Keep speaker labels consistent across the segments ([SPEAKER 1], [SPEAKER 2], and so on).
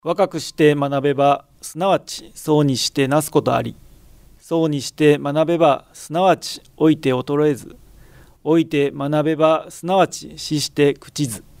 [SPEAKER 1] 若くして学べば、すなわちそうにしてなすことあり。そうにして学べば、すなわち老いて衰えず。老いて学べば、すなわち死して朽ちず。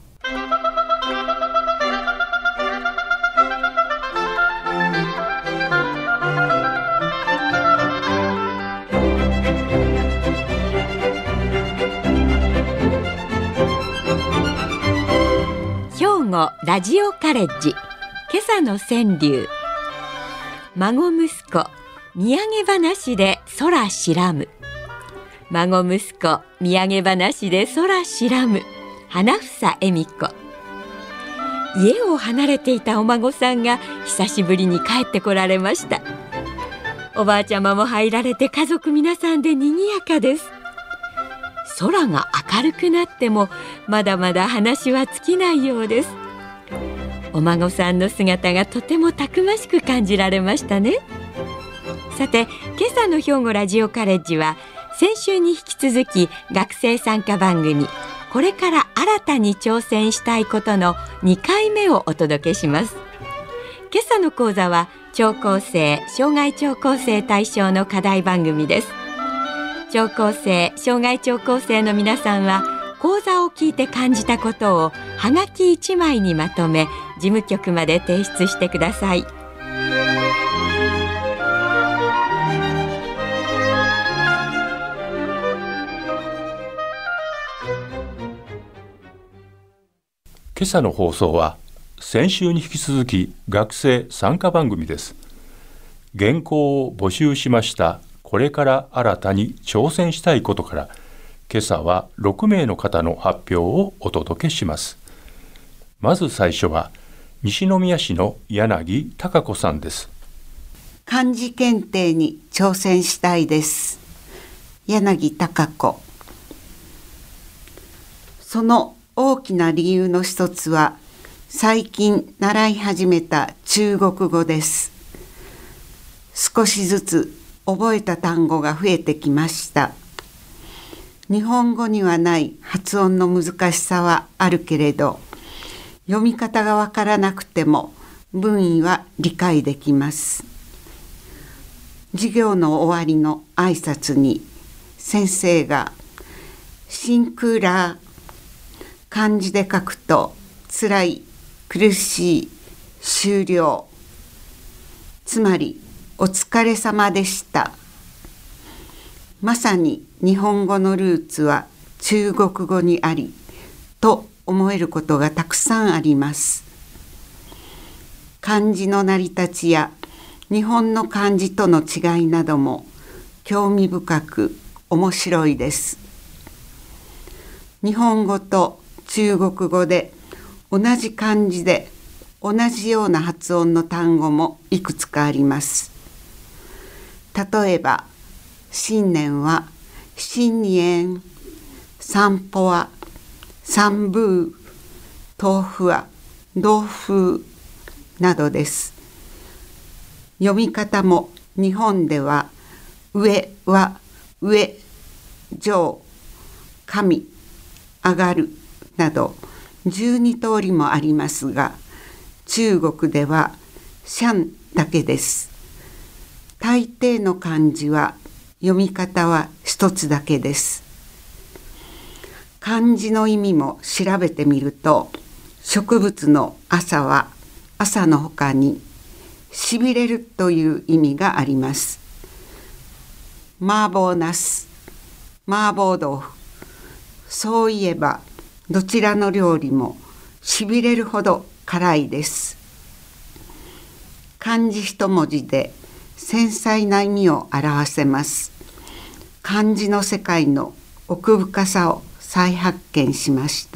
[SPEAKER 2] 兵庫ラジオカレッジ、今朝の川柳。孫息子土産話で空しらむ。孫息子土産話で空しらむ、花房恵美子。家を離れていたお孫さんが久しぶりに帰ってこられました。おばあちゃまも入られて、家族皆さんで賑やかです。空が明るくなってもまだまだ話は尽きないようです。お孫さんの姿がとてもたくましく感じられましたね。さて、今朝の兵庫ラジオカレッジは、先週に引き続き学生参加番組、これから新たに挑戦したいことの2回目をお届けします。今朝の講座は聴講生、障害聴講生対象の課題番組です。聴講生、障害聴講生の皆さんは、講座を聞いて感じたことをはがき1枚にまとめ、事務局まで提出してください。
[SPEAKER 3] 今朝の放送は先週に引き続き学生参加番組です。原稿を募集しました。これから新たに挑戦したいことから、今朝は6名の方の発表をお届けします。まず最初は西宮市の柳貴子さんです。
[SPEAKER 4] 漢字検定に挑戦したいです。柳貴子。その大きな理由の一つは、最近習い始めた中国語です。少しずつ覚えた単語が増えてきました。日本語にはない発音の難しさはあるけれど、読み方がわからなくても文意は理解できます。授業の終わりの挨拶に先生がシンクーラー、漢字で書くとつらい、苦しい、終了、つまりお疲れ様でした。まさに日本語のルーツは中国語にありと思えることがたくさんあります。漢字の成り立ちや日本の漢字との違いなども興味深く面白いです。日本語と中国語で同じ漢字で同じような発音の単語もいくつかあります。例えば、新年は新年、散歩は散歩、豆腐は豆腐などです。読み方も日本では上は上、上、神、上がるなど12通りもありますが、中国ではシャンだけです。大抵の漢字は読み方は一つだけです。漢字の意味も調べてみると、植物の朝は朝の他にしびれるという意味があります。麻婆茄子、麻婆豆腐、そういえばどちらの料理もしびれるほど辛いです。漢字一文字で繊細な意味を表せます。漢字の世界の奥深さを再発見しました。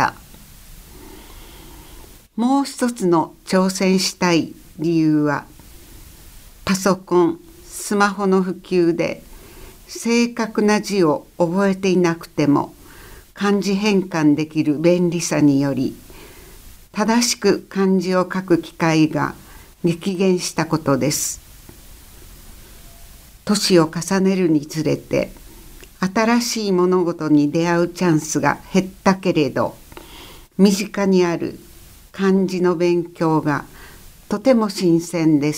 [SPEAKER 4] もう一つの挑戦したい理由は、パソコン、スマホの普及で正確な字を覚えていなくても漢字変換できる便利さにより、正しく漢字を書く機会が激減したことです。年を重ねるにつれて、新しい物事に出会うチャンスが減ったけれど、身近にある漢字の勉強がとても新鮮です。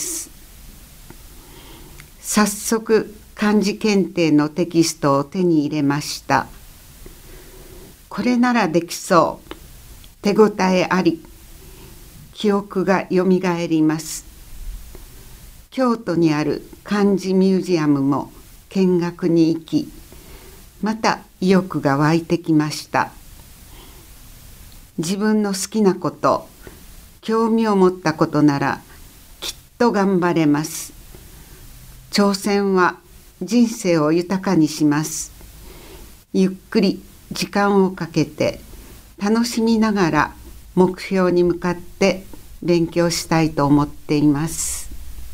[SPEAKER 4] 早速漢字検定のテキストを手に入れました。これならできそう。手応えあり。記憶がよみがえります。京都にある漢字ミュージアムも見学に行き、また意欲が湧いてきました。自分の好きなこと、興味を持ったことならきっと頑張れます。挑戦は人生を豊かにします。ゆっくり時間をかけて楽しみながら目標に向かって勉強したいと思っています。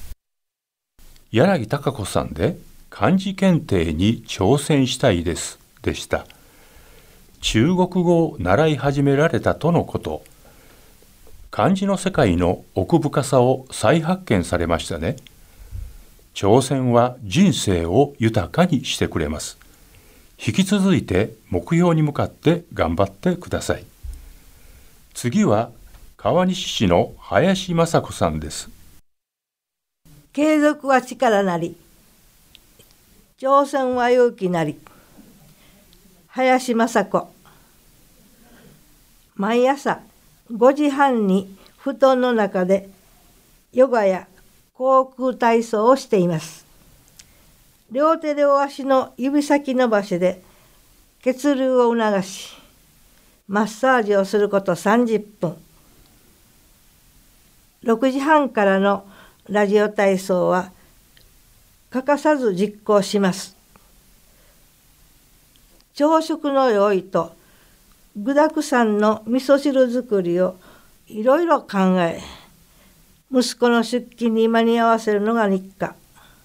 [SPEAKER 3] 柳孝子さんで漢字検定に挑戦したいですでした。中国語を習い始められたとのこと。漢字の世界の奥深さを再発見されましたね。挑戦は人生を豊かにしてくれます。引き続いて目標に向かって頑張ってください。次は川西市の林雅子さんです。
[SPEAKER 5] 継続は力なり、挑戦は勇気なり。林雅子。毎朝5時半に布団の中でヨガや口腔体操をしています。両手両足の指先伸ばしで血流を促し、マッサージをすること30分。6時半からのラジオ体操は欠かさず実行します。朝食の用意と具だくさんの味噌汁作りをいろいろ考え、息子の出勤に間に合わせるのが日課。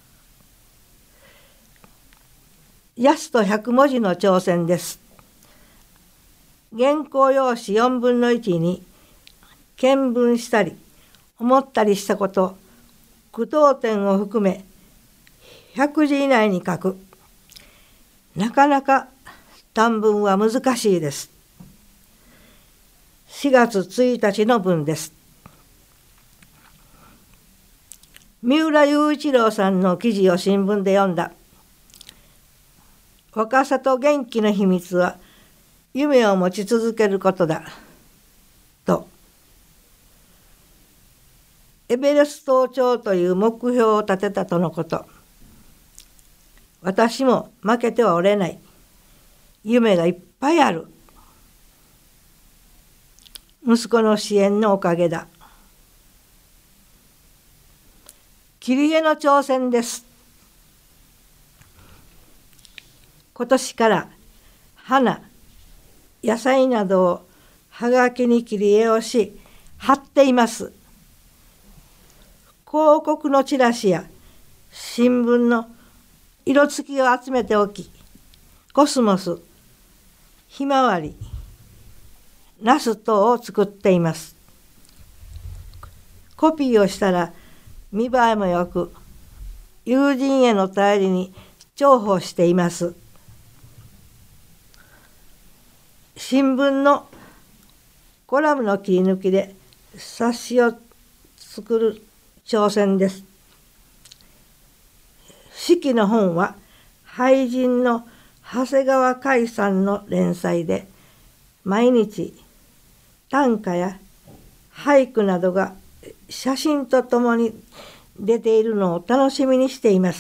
[SPEAKER 5] やすと100文字の挑戦です。原稿用紙4分の1に見聞したり思ったりしたこと、句読点を含め100字以内に書く。なかなか短文は難しいです。4月1日の文です。三浦雄一郎さんの記事を新聞で読んだ。若さと元気の秘密は夢を持ち続けることだと。エベレスト頂という目標を立てたとのこと。私も負けてはおれない。夢がいっぱいある。息子の支援のおかげだ。切り絵の挑戦です。今年から花、野菜などをはがきに切り絵をし貼っています。広告のチラシや新聞の色付きを集めておき、コスモス、ひまわり、ナス等を作っています。コピーをしたら見栄えもよく、友人への頼りに重宝しています。新聞のコラムの切り抜きで冊子を作る挑戦です。式の本は俳人の長谷川海さんの連載で、毎日短歌や俳句などが写真とともに出ているのを楽しみにしています。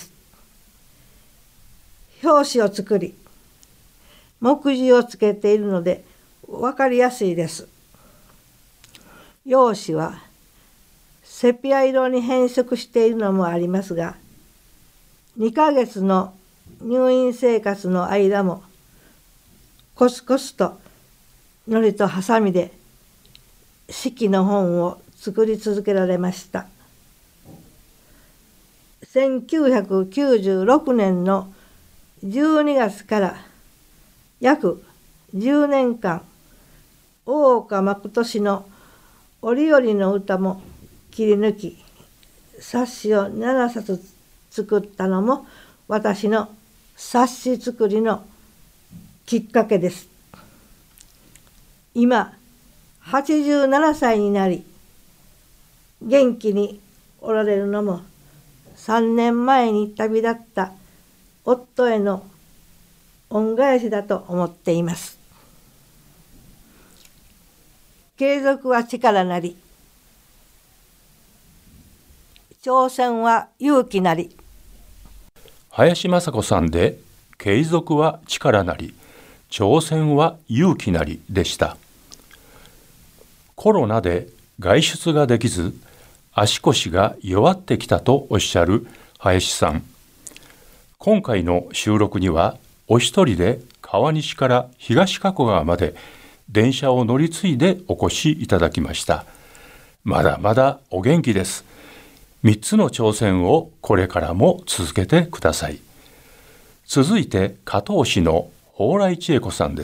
[SPEAKER 5] 表紙を作り、目次をつけているので分かりやすいです。用紙はセピア色に変色しているのもありますが、2ヶ月の入院生活の間もコツコツと糊とハサミで式の本を作り続けられました。1996年の12月から約10年間、大岡誠氏の折々の歌も切り抜き、冊子を7冊作ったのも私の冊子作りのきっかけです。今87歳になり、 元気におられるのも3年前に旅立った夫への恩返しだと思っています。継続は力なり、挑戦は勇気なり。
[SPEAKER 3] 林雅子さんで継続は力なり、挑戦は勇気なりでした。コロナで外出ができず、足腰が弱ってきたとおっしゃる林さん。今回の収録にはお一人で川西から東加古川まで電車を乗り継いでお越しいただきました。まだまだお元気です。3つの挑戦をこれからも続けてください。続いて加東市の蓬莱千恵子さんです。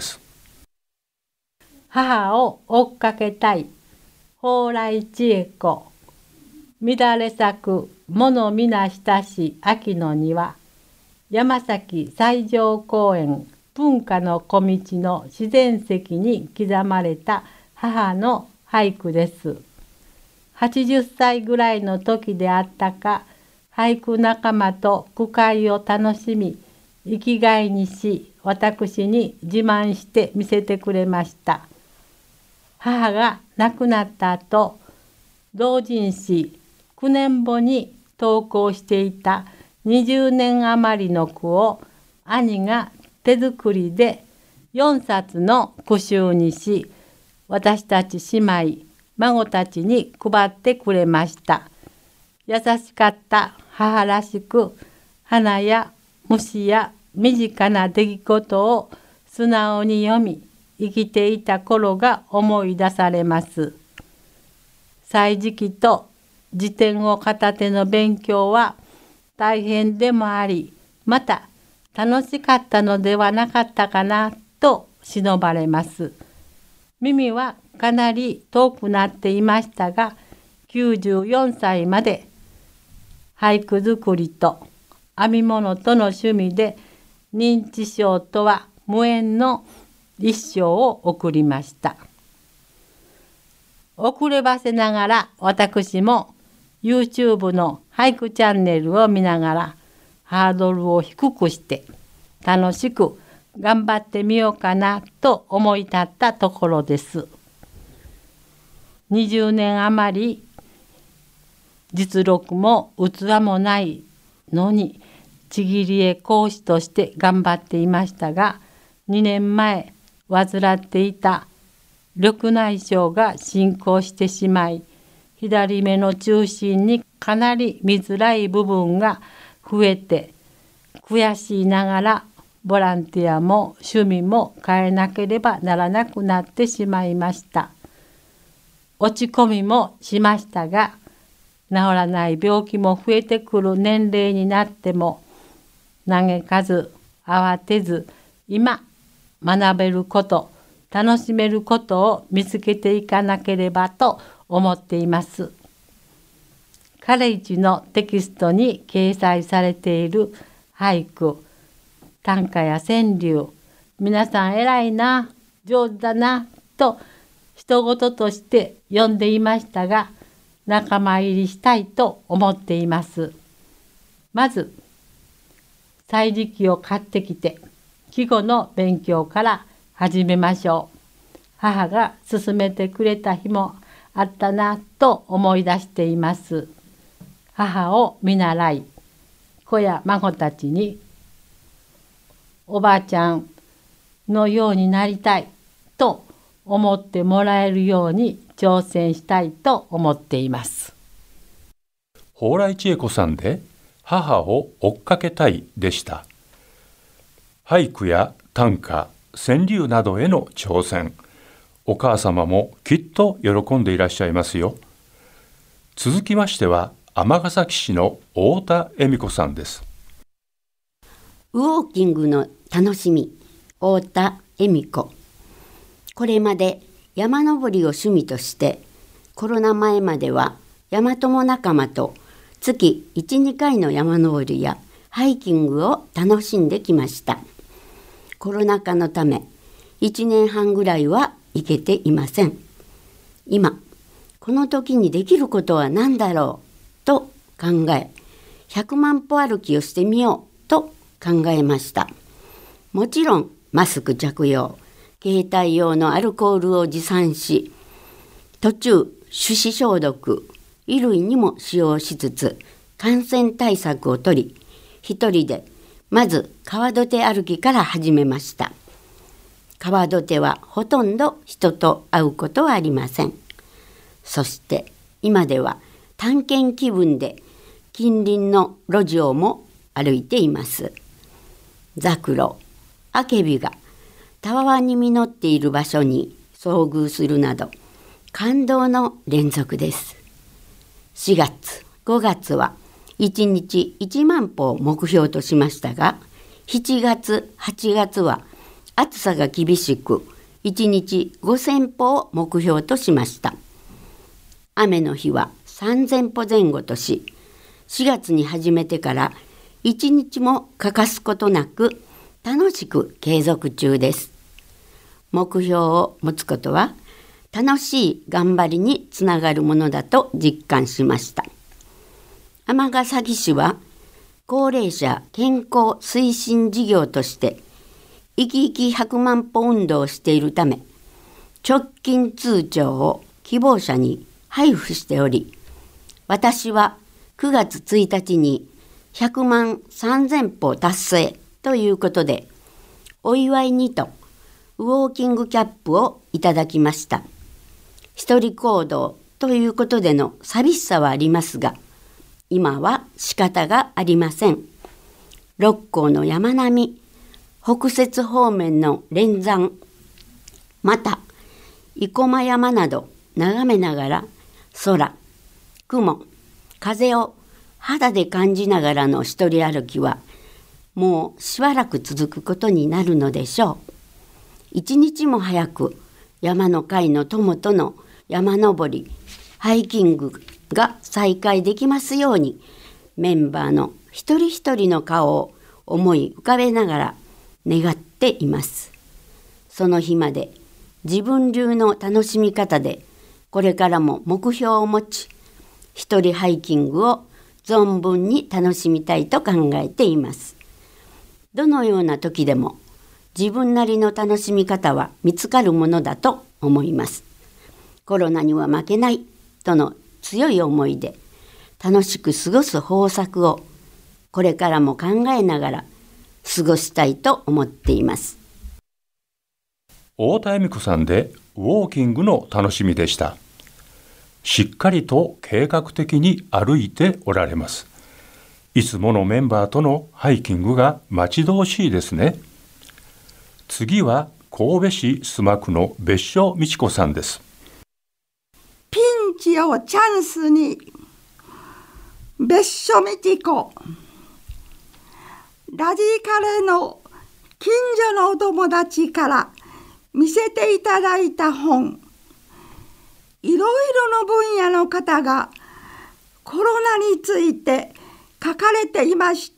[SPEAKER 6] 母を追っかけたい。蓬莱千恵子。乱れ咲く物皆親し秋の庭。山崎西条公園文化の小道の自然石に刻まれた母の俳句です。80歳ぐらいの時であったか、俳句仲間と句会を楽しみ、生きがいにし、私に自慢して見せてくれました。母が亡くなった後、同人誌9年簿に投稿していた20年余りの句を兄が手作りで4冊の句集にし、私たち姉妹、孫たちに配ってくれました。優しかった母らしく、花や虫や身近な出来事を素直に読み、生きていた頃が思い出されます。歳時記と辞典を片手の勉強は大変でもあり、また楽しかったのではなかったかなと偲ばれます。耳はかなり遠くなっていましたが、94歳まで俳句作りと編み物との趣味で認知症とは無縁の一生を送りました。遅ればせながら私も YouTube の俳句チャンネルを見ながらハードルを低くして楽しく頑張ってみようかなと思い立ったところです。20年余り実録も器もないのにちぎり絵講師として頑張っていましたが、2年前患っていた緑内障が進行してしまい、左目の中心にかなり見づらい部分が増えて、悔しいながらボランティアも趣味も変えなければならなくなってしまいました。落ち込みもしましたが、治らない病気も増えてくる年齢になっても、嘆かず慌てず今学べること、楽しめることを見つけていかなければと思っています。カレッジのテキストに掲載されている俳句、短歌や川柳、皆さん偉いな、上手だなと人事として読んでいましたが、仲間入りしたいと思っています。まず歳時記を買ってきて季語の勉強から始めましょう。母が勧めてくれた日もあったなと思い出しています。母を見習い、子や孫たちにおばあちゃんのようになりたいと思ってもらえるように挑戦したいと思っています。
[SPEAKER 3] 蓬莱千恵子さんで母を追っかけたいでした。俳句や短歌、川柳などへの挑戦、お母様もきっと喜んでいらっしゃいますよ。続きましては尼崎市の太田恵美子さんです。
[SPEAKER 7] ウォーキングの楽しみ、太田恵美子。これまで山登りを趣味として、コロナ前までは山友仲間と月 1,2 回の山登りやハイキングを楽しんできました。コロナ禍のため1年半ぐらいは行けていません。今この時にできることは何だろうと考え、100万歩歩きをしてみようと考えました。もちろんマスク着用、携帯用のアルコールを持参し、途中手指消毒、衣類にも使用しつつ感染対策をとり、一人でまず川土手歩きから始めました。川土手はほとんど人と会うことはありません。そして今では探検気分で近隣の路地をも歩いています。ザクロ、アケビがたわわに実っている場所に遭遇するなど感動の連続です。4月、5月は1日1万歩を目標としましたが、7月、8月は暑さが厳しく1日5000歩を目標としました。雨の日は3000歩前後とし、4月に始めてから1日も欠かすことなく楽しく継続中です。目標を持つことは楽しい頑張りにつながるものだと実感しました。尼崎市は高齢者健康推進事業としていきいき100万歩運動をしているため、直近通帳を希望者に配布しており、私は9月1日に100万3000歩達成ということで、お祝いにとウォーキングキャップをいただきました。一人行動ということでの寂しさはありますが、今は仕方がありません。六甲の山並み、北摂方面の連山、また生駒山など眺めながら空、雲、風を肌で感じながらの一人歩きはもうしばらく続くことになるのでしょう。一日も早く山の会の友との山登り、ハイキングが再開できますように、メンバーの一人一人の顔を思い浮かべながら願っています。その日まで自分流の楽しみ方でこれからも目標を持ち、一人ハイキングを存分に楽しみたいと考えています。どのような時でも自分なりの楽しみ方は見つかるものだと思います。コロナには負けないとの強い思いで楽しく過ごす方策をこれからも考えながら過ごしたいと思っています。
[SPEAKER 3] 太田恵美子さんでウォーキングの楽しみでした。しっかりと計画的に歩いておられます。いつものメンバーとのハイキングが待ち遠しいですね。次は神戸市須磨区の別所美智子さんです。
[SPEAKER 8] ピンチをチャンスに、別所美智子。ラジカレの近所のお友達から見せていただいた本、いろいろの分野の方がコロナについて書かれていました。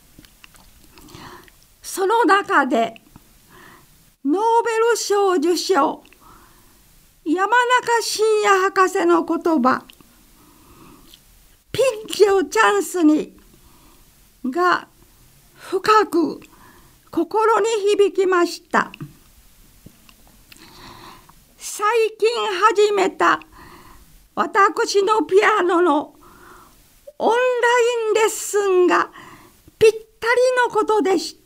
[SPEAKER 8] その中でノーベル賞受賞、山中伸弥博士の言葉、ピンチをチャンスにが深く心に響きました。最近始めた私のピアノのオンラインレッスンがぴったりのことでした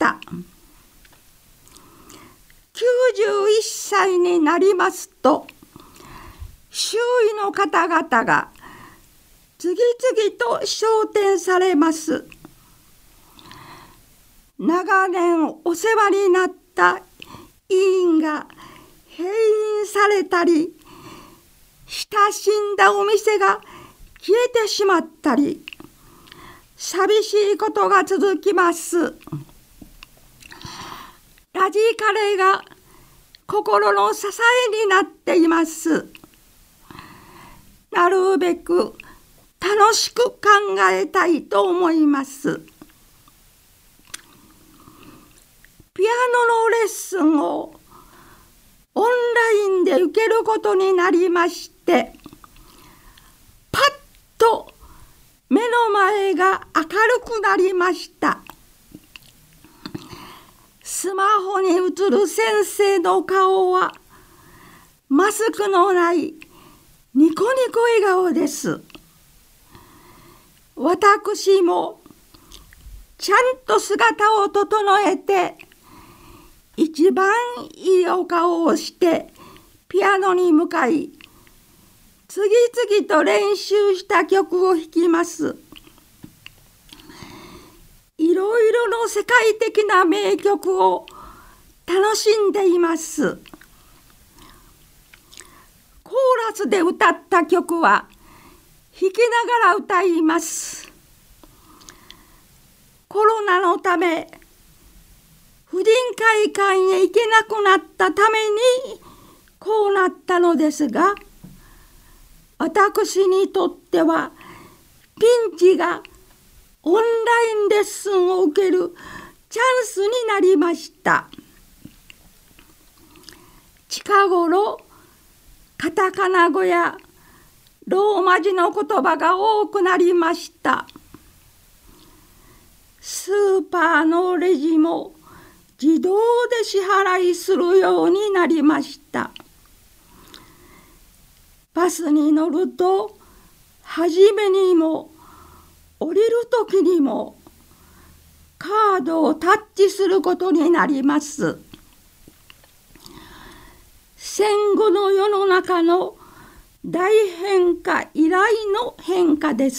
[SPEAKER 8] 。91歳になりますと、周囲の方々が次々と昇天されます。長年お世話になった委員が閉院されたり、親しんだお店が消えてしまったり、寂しいことが続きます。ラジカレが心の支えになっています。なるべく楽しく考えたいと思います。ピアノのレッスンをオンラインで受けることになりまして、 と目の前が明るくなりました。スマホに映る先生の顔はマスクのないニコニコ笑顔です。私もちゃんと姿を整えて一番いいお顔をしてピアノに向かい次々と練習した曲を弾きます。いろいろの世界的な名曲を楽しんでいます。コーラスで歌った曲は弾きながら歌います。コロナのため婦人会館へ行けなくなったためにこうなったのですが、私にとってはピンチがオンラインレッスンを受けるチャンスになりました。近頃カタカナ語やローマ字の言葉が多くなりました。スーパーのレジも自動で支払いするようになりました。バスに乗ると初めにも降りるときにもカードをタッチすることになります。戦後の世の中の大変化以来の変化です。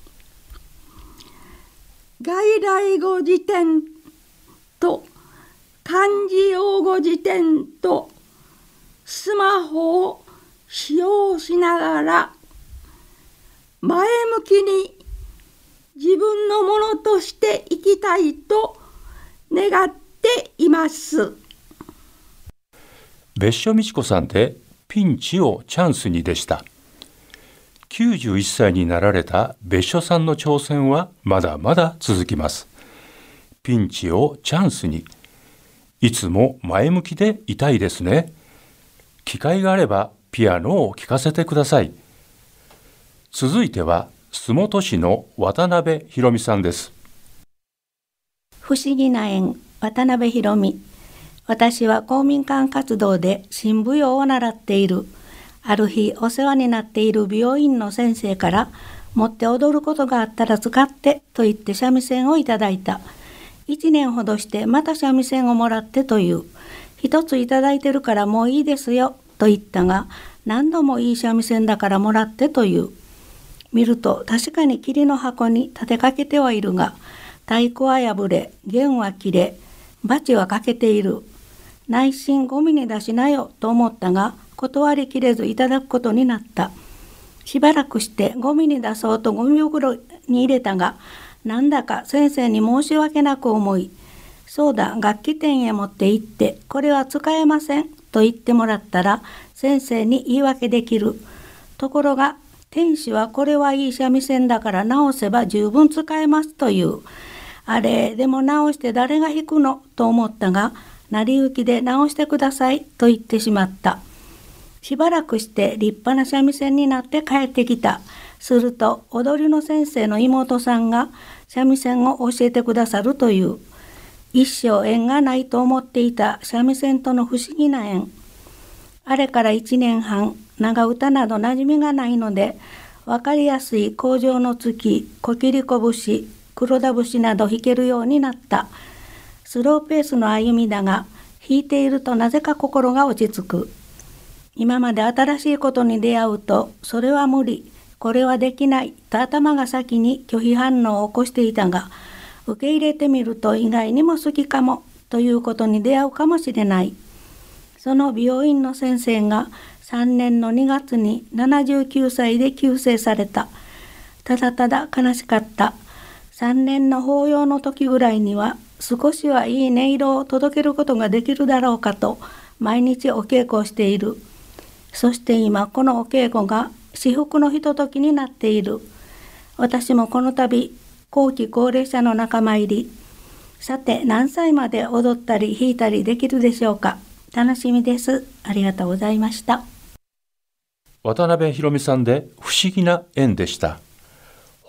[SPEAKER 8] 外来語辞典と漢字用語辞典とスマホを使用しながら前向きに自分のものとして生きたいと願っています。
[SPEAKER 3] 別所美智子さんでピンチをチャンスにでした。91歳になられた別所さんの挑戦はまだまだ続きます。ピンチをチャンスに、いつも前向きでいたいですね。機会があればピアノを聴かせてください。続いては洲本市の渡辺ひろみさんです。
[SPEAKER 9] 不思議な縁、渡辺ひろみ。私は公民館活動で新舞踊を習っている。ある日お世話になっている美容院の先生から持って踊ることがあったら使ってと言って三味線をいただいた。1年ほどしてまた三味線をもらってという。一ついただいてるからもういいですよと言ったが、何度もいい三味線だからもらってという。見ると確かに桐の箱に立てかけてはいるが、太鼓は破れ、弦は切れ、バチは欠けている。内心ゴミに出しなよと思ったが、断りきれずいただくことになった。しばらくしてゴミに出そうとゴミ袋に入れたが、なんだか先生に申し訳なく思い、そうだ、楽器店へ持って行って、これは使えませんと言ってもらったら、先生に言い訳できる。ところが、店主はこれはいい三味線だから直せば十分使えますという。あれ、でも直して誰が弾くのと思ったが、成り行きで直してくださいと言ってしまった。しばらくして立派な三味線になって帰ってきた。すると踊りの先生の妹さんが三味線を教えてくださるという。一生縁がないと思っていた三味線との不思議な縁。あれから1年半、長唄など馴染みがないので、わかりやすい工場の月、小切子節、黒田節など弾けるようになった。スローペースの歩みだが、弾いているとなぜか心が落ち着く。今まで新しいことに出会うと、それは無理、これはできないと頭が先に拒否反応を起こしていたが、受け入れてみると意外にも好きかもということに出会うかもしれない。その美容院の先生が3年の2月に79歳で急逝された。ただただ悲しかった。3年の法要の時ぐらいには少しはいい音色を届けることができるだろうかと毎日お稽古をしている。そして今このお稽古が至福のひとときになっている。私もこの度後期高齢者の仲間入り。さて何歳まで踊ったり弾いたりできるでしょうか。楽しみです。ありがとうございました。
[SPEAKER 3] 渡辺ひろみさんで不思議な縁でした。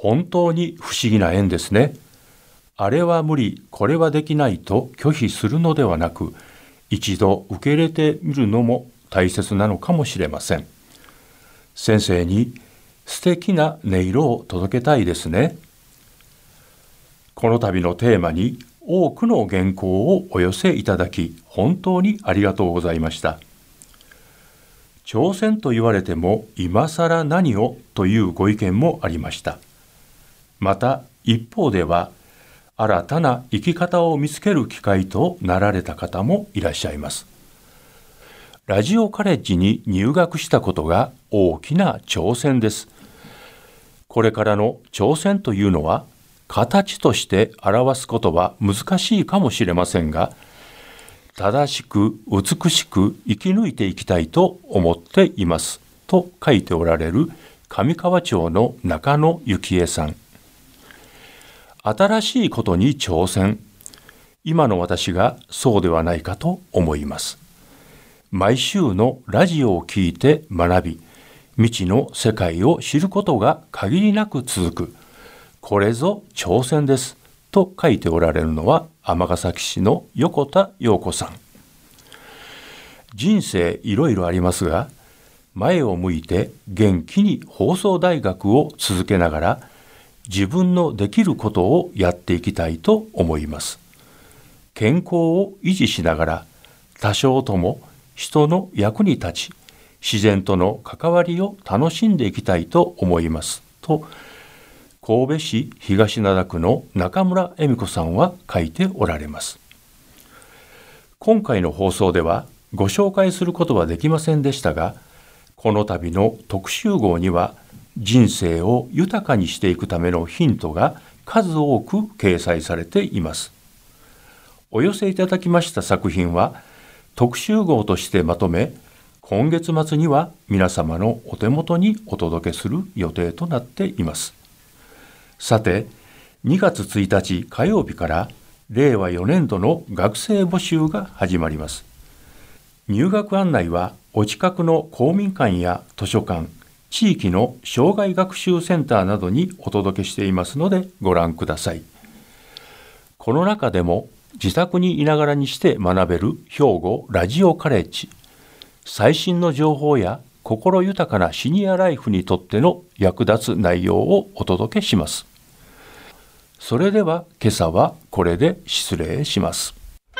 [SPEAKER 3] 本当に不思議な縁ですね。あれは無理、これはできないと拒否するのではなく、一度受け入れてみるのも大切なのかもしれません。先生に素敵な音色を届けたいですね。この度のテーマに多くの原稿をお寄せいただき、本当にありがとうございました。挑戦と言われても今更何をというご意見もありました。また一方では、新たな生き方を見つける機会となられた方もいらっしゃいます。ラジオカレッジに入学したことが大きな挑戦です。これからの挑戦というのは、形として表すことは難しいかもしれませんが、正しく美しく生き抜いていきたいと思っていますと書いておられる上川町の中野幸恵さん。新しいことに挑戦。今の私がそうではないかと思います。毎週のラジオを聞いて学び、未知の世界を知ることが限りなく続く。これぞ挑戦です。と書いておられるのは尼崎市の横田陽子さん。人生いろいろありますが、前を向いて元気に放送大学を続けながら、自分のできることをやっていきたいと思います。健康を維持しながら、多少とも人の役に立ち、自然との関わりを楽しんでいきたいと思いますと、神戸市東灘区の中村恵美子さんは書いておられます。今回の放送ではご紹介することはできませんでしたが、この度の特集号には人生を豊かにしていくためのヒントが数多く掲載されています。お寄せいただきました作品は特集号としてまとめ、今月末には皆様のお手元にお届けする予定となっています。さて、2月1日火曜日から令和4年度の学生募集が始まります。入学案内はお近くの公民館や図書館、地域の障害学習センターなどにお届けしていますのでご覧ください。この中でも自宅にいながらにして学べる兵庫ラジオカレッジ、最新の情報や心豊かなシニアライフにとっての役立つ内容をお届けします。それでは今朝はこれで失礼します。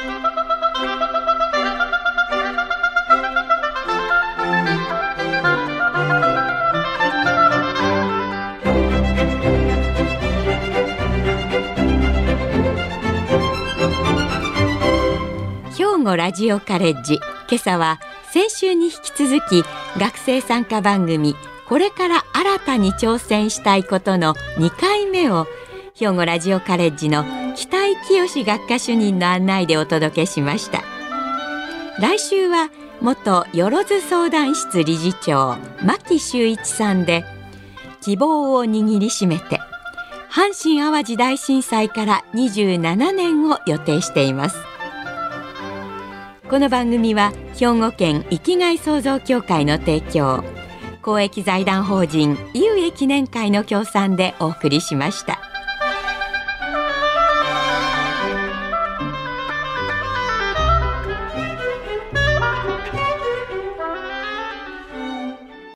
[SPEAKER 2] 兵庫ラジオカレッジ、今朝は先週に引き続き学生参加番組これから新たに挑戦したいことの2回目を兵庫ラジオカレッジの北井清学科主任の案内でお届けしました。来週は元よろず相談室理事長牧修一さんで、希望を握りしめて阪神・淡路大震災から27年を予定しています。この番組は兵庫県生きがい創造協会の提供、公益財団法人井上記念会の協賛でお送りしました。